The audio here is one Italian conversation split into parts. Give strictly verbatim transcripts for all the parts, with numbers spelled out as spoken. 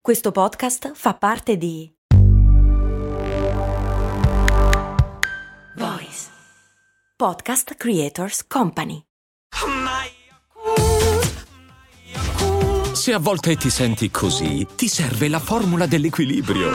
Questo podcast fa parte di Voice Podcast Creators Company. Se a volte ti senti così, ti serve la formula dell'equilibrio.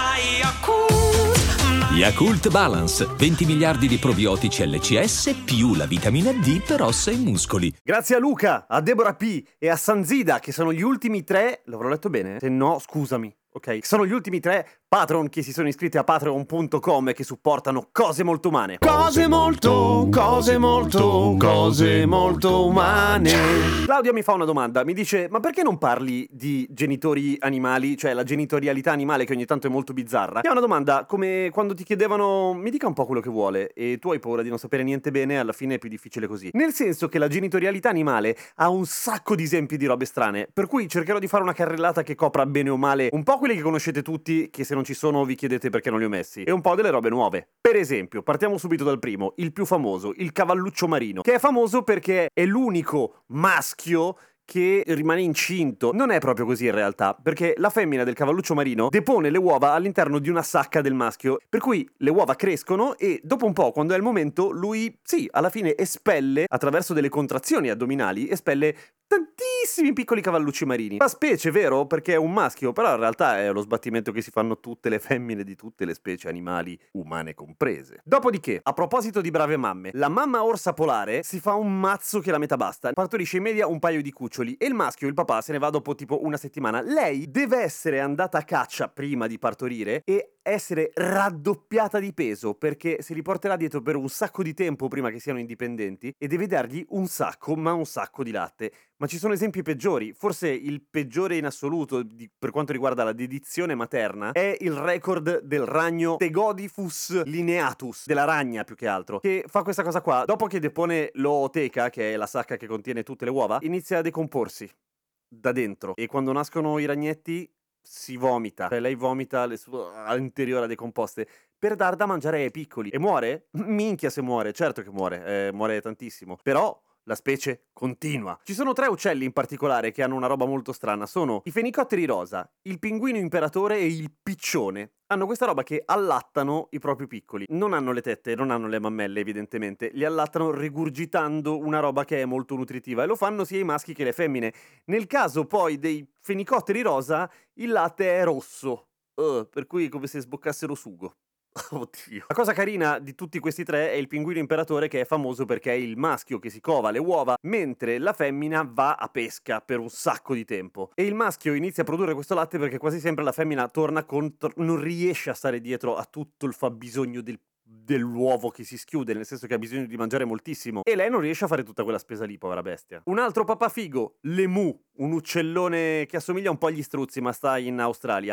Yakult Balance, venti miliardi di probiotici L C S più la vitamina D per ossa e muscoli. Grazie a Luca, a Deborah P e a Sanzida, che sono gli ultimi tre, l'avrò letto bene? Se no, scusami, ok? Sono gli ultimi tre patron che si sono iscritti a patreon punto com e che supportano Cose Molto Umane. Cose molto, cose molto, cose molto umane. Claudia mi fa una domanda, mi dice: ma perché non parli di genitori animali, cioè la genitorialità animale che ogni tanto è molto bizzarra? È una domanda come quando ti chiedevano: mi dica un po' quello che vuole, e tu hai paura di non sapere niente bene, alla fine è più difficile così. Nel senso che la genitorialità animale ha un sacco di esempi di robe strane, per cui cercherò di fare una carrellata che copra bene o male un po' quelli che conoscete tutti, che se non ci sono vi chiedete perché non li ho messi, e un po' delle robe nuove. Per esempio, partiamo subito dal primo, il più famoso, il cavalluccio marino, che è famoso perché è l'unico maschio che rimane incinto. Non è proprio così in realtà, perché la femmina del cavalluccio marino depone le uova all'interno di una sacca del maschio, per cui le uova crescono e dopo un po', quando è il momento, lui, sì, alla fine espelle, attraverso delle contrazioni addominali, espelle tantissimi piccoli cavallucci marini. Fa specie, vero? Perché è un maschio, però in realtà è lo sbattimento che si fanno tutte le femmine di tutte le specie animali, umane comprese. Dopodiché, a proposito di brave mamme, la mamma orsa polare si fa un mazzo che la metà basta, partorisce in media un paio di cuccioli e il maschio, il papà, se ne va dopo tipo una settimana. Lei deve essere andata a caccia prima di partorire e essere raddoppiata di peso, perché si riporterà dietro per un sacco di tempo prima che siano indipendenti e deve dargli un sacco, ma un sacco di latte. Ma ci sono esempi peggiori. Forse il peggiore in assoluto di, per quanto riguarda la dedizione materna è il record del ragno Tegodiphus lineatus, della ragna più che altro, che fa questa cosa qua. Dopo che depone l'ooteca, che è la sacca che contiene tutte le uova, inizia a decomporsi da dentro e quando nascono i ragnetti si vomita, cioè lei vomita le sue anteriori decomposte per dar da mangiare ai piccoli. E muore? Minchia se muore, certo che muore, eh, muore tantissimo, però la specie continua. Ci sono tre uccelli in particolare che hanno una roba molto strana, sono i fenicotteri rosa, il pinguino imperatore e il piccione. Hanno questa roba che allattano i propri piccoli. Non hanno le tette, non hanno le mammelle evidentemente, li allattano rigurgitando una roba che è molto nutritiva e lo fanno sia i maschi che le femmine. Nel caso poi dei fenicotteri rosa, il latte è rosso, uh, per cui è come se sboccassero sugo. Oddio. La cosa carina di tutti questi tre è il pinguino imperatore, che è famoso perché è il maschio che si cova le uova mentre la femmina va a pesca per un sacco di tempo. E il maschio inizia a produrre questo latte perché quasi sempre la femmina torna contro, non riesce a stare dietro a tutto il fabbisogno del dell'uovo che si schiude, nel senso che ha bisogno di mangiare moltissimo e lei non riesce a fare tutta quella spesa lì, povera bestia. Un altro pappafigo, l'emu, un uccellone che assomiglia un po' agli struzzi ma sta in Australia.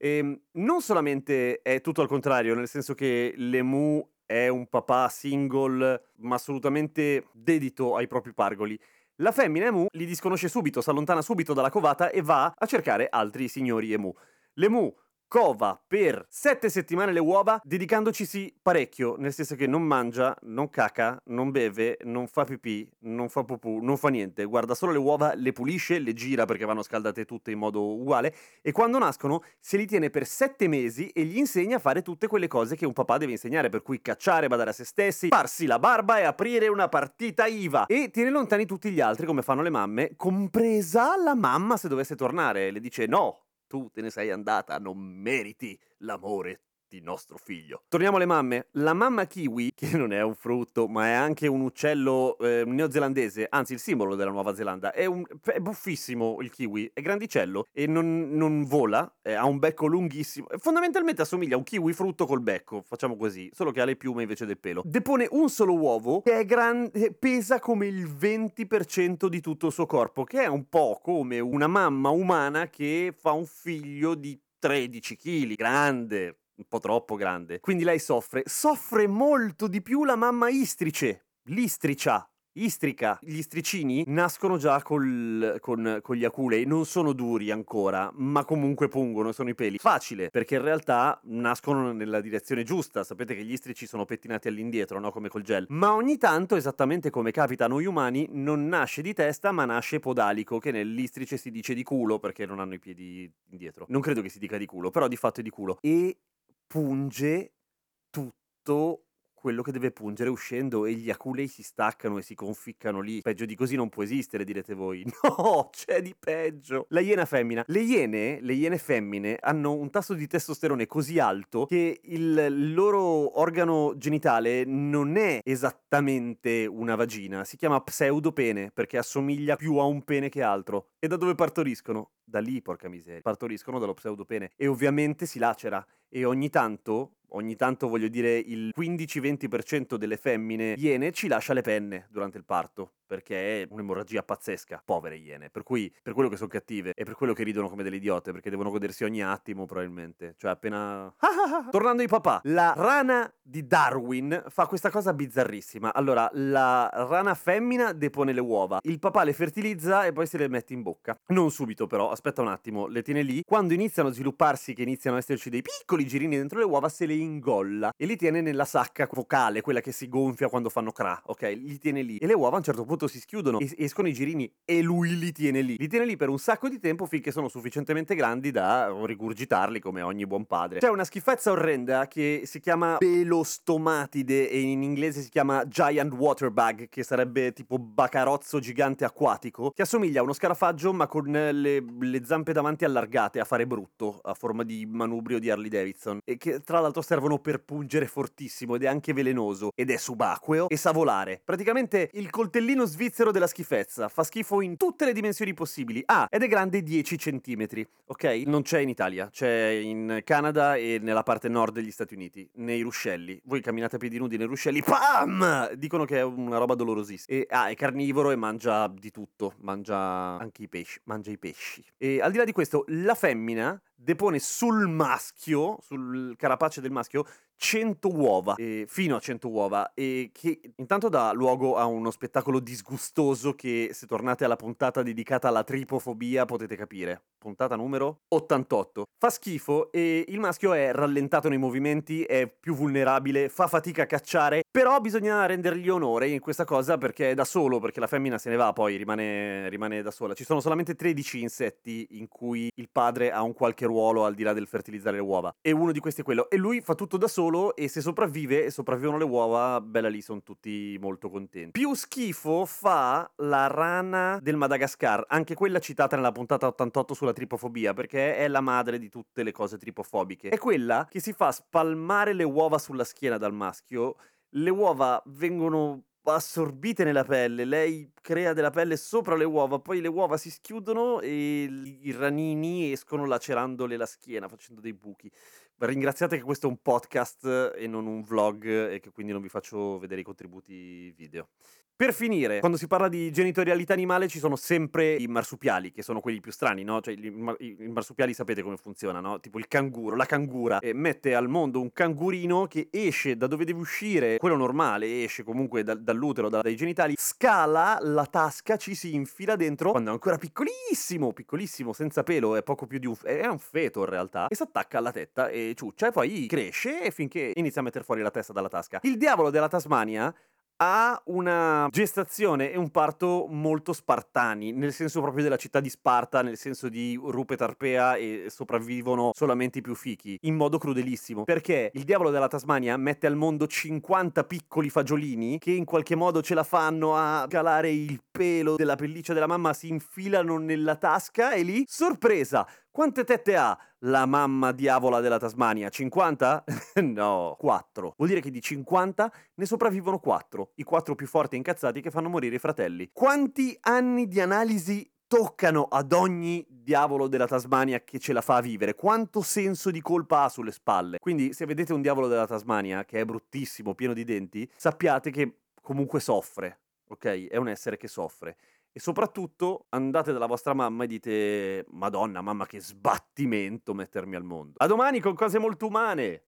E non solamente è tutto al contrario, nel senso che l'emu è un papà single ma assolutamente dedito ai propri pargoli. La femmina emu li disconosce subito, si allontana subito dalla covata e va a cercare altri signori emu. L'emu cova per sette settimane le uova, dedicandocisi parecchio, nel senso che non mangia, non caca, non beve, non fa pipì, non fa pupù, non fa niente, guarda solo le uova, le pulisce, le gira perché vanno scaldate tutte in modo uguale e quando nascono se li tiene per sette mesi e gli insegna a fare tutte quelle cose che un papà deve insegnare, per cui cacciare, badare a se stessi, farsi la barba e aprire una partita I V A e tiene lontani tutti gli altri come fanno le mamme, compresa la mamma se dovesse tornare, le dice no. Tu te ne sei andata, non meriti l'amore di nostro figlio. Torniamo alle mamme. La mamma kiwi, che non è un frutto, ma è anche un uccello eh, neozelandese, anzi il simbolo della Nuova Zelanda, è, un, è buffissimo il kiwi, è grandicello e non, non vola, eh, ha un becco lunghissimo, fondamentalmente assomiglia a un kiwi frutto col becco, facciamo così, solo che ha le piume invece del pelo. Depone un solo uovo che è grande, pesa come il venti per cento di tutto il suo corpo, che è un po' come una mamma umana che fa un figlio di tredici chili, grande, un po' troppo grande. Quindi lei soffre, soffre molto di più la mamma istrice, l'istricia, Istrica. Gli istricini nascono già col, con, con gli aculei, non sono duri ancora, ma comunque pungono, sono i peli. Facile, perché in realtà nascono nella direzione giusta. Sapete che gli istrici sono pettinati all'indietro, no? Come col gel. Ma ogni tanto, esattamente come capita a noi umani, non nasce di testa, ma nasce podalico, che nell'istrice si dice di culo, perché non hanno i piedi indietro. Non credo che si dica di culo, però di fatto è di culo. E punge tutto quello che deve pungere uscendo, e gli aculei si staccano e si conficcano lì. Peggio di così non può esistere, direte voi. No, c'è di peggio. La iena femmina. Le iene, le iene femmine hanno un tasso di testosterone così alto che il loro organo genitale non è esattamente una vagina, si chiama pseudopene perché assomiglia più a un pene che altro. E da dove partoriscono? Da lì, porca miseria. Partoriscono dallo pseudopene e ovviamente si lacera, e ogni tanto, ogni tanto voglio dire il quindici venti per cento delle femmine iene ci lascia le penne durante il parto, perché è un'emorragia pazzesca. Povere iene. Per cui, per quello che sono cattive e per quello che ridono come delle idiote, perché devono godersi ogni attimo probabilmente. Cioè appena... Tornando ai papà, la rana di Darwin fa questa cosa bizzarrissima. Allora, la rana femmina depone le uova, il papà le fertilizza e poi se le mette in bocca. Non subito però, aspetta un attimo, le tiene lì. Quando iniziano a svilupparsi, che iniziano ad esserci dei piccoli girini dentro le uova, se le ingolla e li tiene nella sacca vocale, quella che si gonfia quando fanno cra, ok? Li tiene lì e le uova a un certo punto si schiudono e escono i girini e lui li tiene lì. Li tiene lì per un sacco di tempo finché sono sufficientemente grandi da rigurgitarli come ogni buon padre. C'è una schifezza orrenda che si chiama pelostomatide e in inglese si chiama giant water bug, che sarebbe tipo bacarozzo gigante acquatico, che assomiglia a uno scarafaggio ma con le, le zampe davanti allargate a fare brutto, a forma di manubrio di Harley Davidson, e che tra l'altro servono per pungere fortissimo ed è anche velenoso ed è subacqueo e sa volare. Praticamente il coltellino svizzero della schifezza, fa schifo in tutte le dimensioni possibili. Ah, ed è grande dieci centimetri, ok? Non c'è in Italia, c'è in Canada e nella parte nord degli Stati Uniti, nei ruscelli. Voi camminate a piedi nudi nei ruscelli, pam! Dicono che è una roba dolorosissima. E, ah, è carnivoro e mangia di tutto, mangia anche i pesci, mangia i pesci. E al di là di questo, la femmina depone sul maschio, sul carapace del maschio, cento uova, eh, fino a cento uova, e che intanto dà luogo a uno spettacolo disgustoso che, se tornate alla puntata dedicata alla tripofobia, potete capire. Puntata numero ottantotto. Fa schifo e il maschio è rallentato nei movimenti, è più vulnerabile, fa fatica a cacciare, però bisogna rendergli onore in questa cosa perché è da solo, perché la femmina se ne va, poi rimane, rimane da sola. Ci sono solamente tredici insetti in cui il padre ha un qualche ruolo al di là del fertilizzare le uova, e uno di questi è quello, e lui fa tutto da solo, e se sopravvive e sopravvivono le uova, bella lì, sono tutti molto contenti. Più schifo fa la rana del Madagascar, anche quella citata nella puntata ottantotto sulla tripofobia, perché è la madre di tutte le cose tripofobiche. È quella che si fa spalmare le uova sulla schiena dal maschio, le uova vengono assorbite nella pelle, lei crea della pelle sopra le uova, poi le uova si schiudono e i ranini escono lacerandole la schiena, facendo dei buchi. Ringraziate che questo è un podcast e non un vlog e che quindi non vi faccio vedere i contributi video. Per finire, quando si parla di genitorialità animale ci sono sempre i marsupiali, che sono quelli più strani, no? Cioè, i, mar- i marsupiali sapete come funziona, no? Tipo il canguro, la cangura, e mette al mondo un cangurino che esce da dove deve uscire, quello normale, esce comunque da- dall'utero, da- dai genitali, scala la tasca, ci si infila dentro, quando è ancora piccolissimo, piccolissimo, senza pelo, è poco più di un... è un feto in realtà, e si attacca alla tetta e ciuccia, e poi cresce finché inizia a mettere fuori la testa dalla tasca. Il diavolo della Tasmania ha una gestazione e un parto molto spartani, nel senso proprio della città di Sparta, nel senso di rupe Tarpea e sopravvivono solamente i più fichi, in modo crudelissimo, perché il diavolo della Tasmania mette al mondo cinquanta piccoli fagiolini che in qualche modo ce la fanno a calare il pelo della pelliccia della mamma, si infilano nella tasca e lì, sorpresa! Quante tette ha la mamma diavola della Tasmania? cinquanta? No, quattro. Vuol dire che di cinquanta ne sopravvivono quattro. I quattro più forti e incazzati che fanno morire i fratelli. Quanti anni di analisi toccano ad ogni diavolo della Tasmania che ce la fa vivere? Quanto senso di colpa ha sulle spalle? Quindi se vedete un diavolo della Tasmania che è bruttissimo, pieno di denti, sappiate che comunque soffre, ok? È un essere che soffre. E soprattutto andate dalla vostra mamma e dite: Madonna, mamma, che sbattimento mettermi al mondo. A domani con cose molto umane!